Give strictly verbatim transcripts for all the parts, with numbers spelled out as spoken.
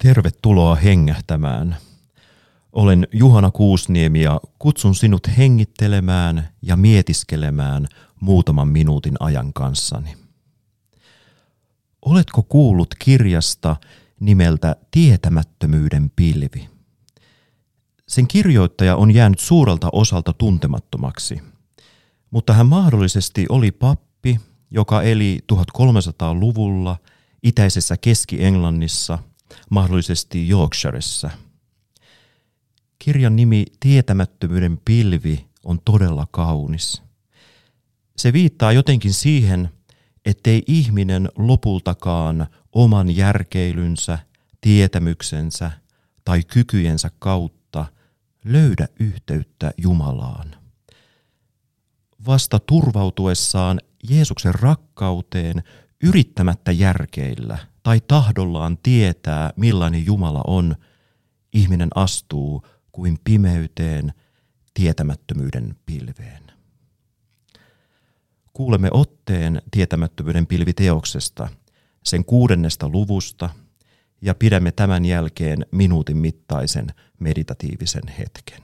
Tervetuloa hengähtämään. Olen Juhana Kuusniemi ja kutsun sinut hengittelemään ja mietiskelemään muutaman minuutin ajan kanssani. Oletko kuullut kirjasta nimeltä Tietämättömyyden pilvi? Sen kirjoittaja on jäänyt suurelta osalta tuntemattomaksi, mutta hän mahdollisesti oli pappi, joka eli tuhatkolmesataaluvulla itäisessä Keski-Englannissa, mahdollisesti Yorkshiressa. Kirjan nimi Tietämättömyyden pilvi on todella kaunis. Se viittaa jotenkin siihen, ettei ihminen lopultakaan oman järkeilynsä, tietämyksensä tai kykyjensä kautta löydä yhteyttä Jumalaan. Vasta turvautuessaan Jeesuksen rakkauteen yrittämättä järkeillä tai tahdollaan tietää, millainen Jumala on, ihminen astuu kuin pimeyteen, tietämättömyyden pilveen. Kuulemme otteen Tietämättömyyden pilvi-teoksesta, sen kuudennesta luvusta, ja pidämme tämän jälkeen minuutin mittaisen meditatiivisen hetken.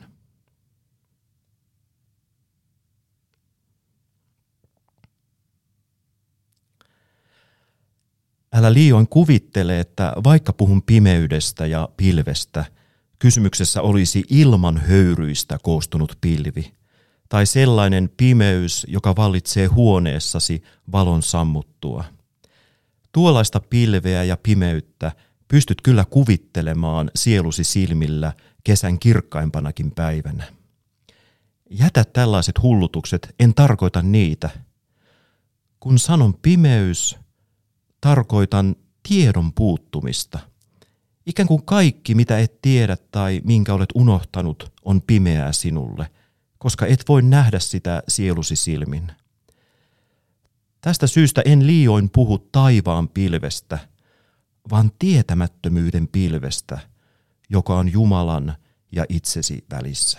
Älä liioin kuvittele, että vaikka puhun pimeydestä ja pilvestä, kysymyksessä olisi ilman höyryistä koostunut pilvi, tai sellainen pimeys, joka vallitsee huoneessasi valon sammuttua. Tuollaista pilveä ja pimeyttä pystyt kyllä kuvittelemaan sielusi silmillä kesän kirkkaimpanakin päivänä. Jätä tällaiset hullutukset, en tarkoita niitä. Kun sanon pimeys, tarkoitan tiedon puuttumista. Ikään kuin kaikki, mitä et tiedä tai minkä olet unohtanut, on pimeää sinulle, koska et voi nähdä sitä sielusi silmin. Tästä syystä en liioin puhu taivaan pilvestä, vaan tietämättömyyden pilvestä, joka on Jumalan ja itsesi välissä.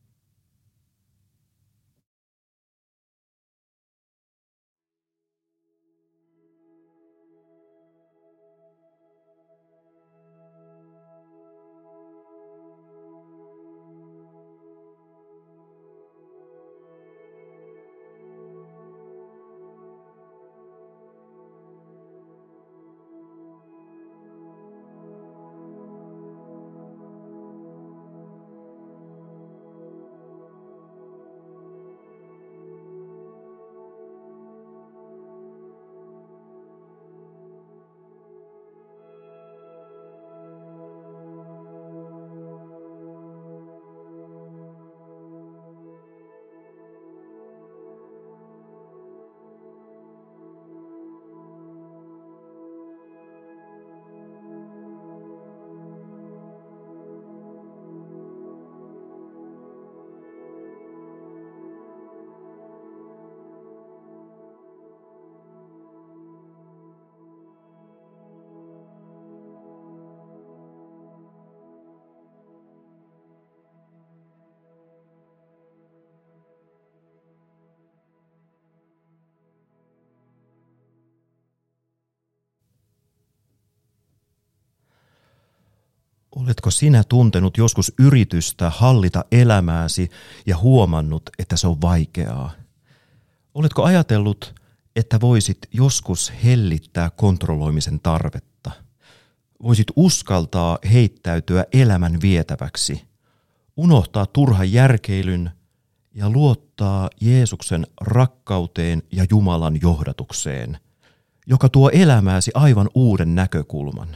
Oletko sinä tuntenut joskus yritystä hallita elämääsi ja huomannut, että se on vaikeaa? Oletko ajatellut, että voisit joskus hellittää kontrolloimisen tarvetta? Voisit uskaltaa heittäytyä elämän vietäväksi, unohtaa turhan järkeilyn ja luottaa Jeesuksen rakkauteen ja Jumalan johdatukseen, joka tuo elämääsi aivan uuden näkökulman.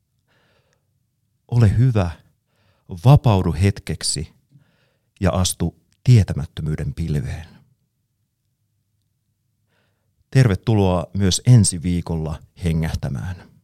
Ole hyvä, vapaudu hetkeksi ja astu tietämättömyyden pilveen. Tervetuloa myös ensi viikolla hengähtämään.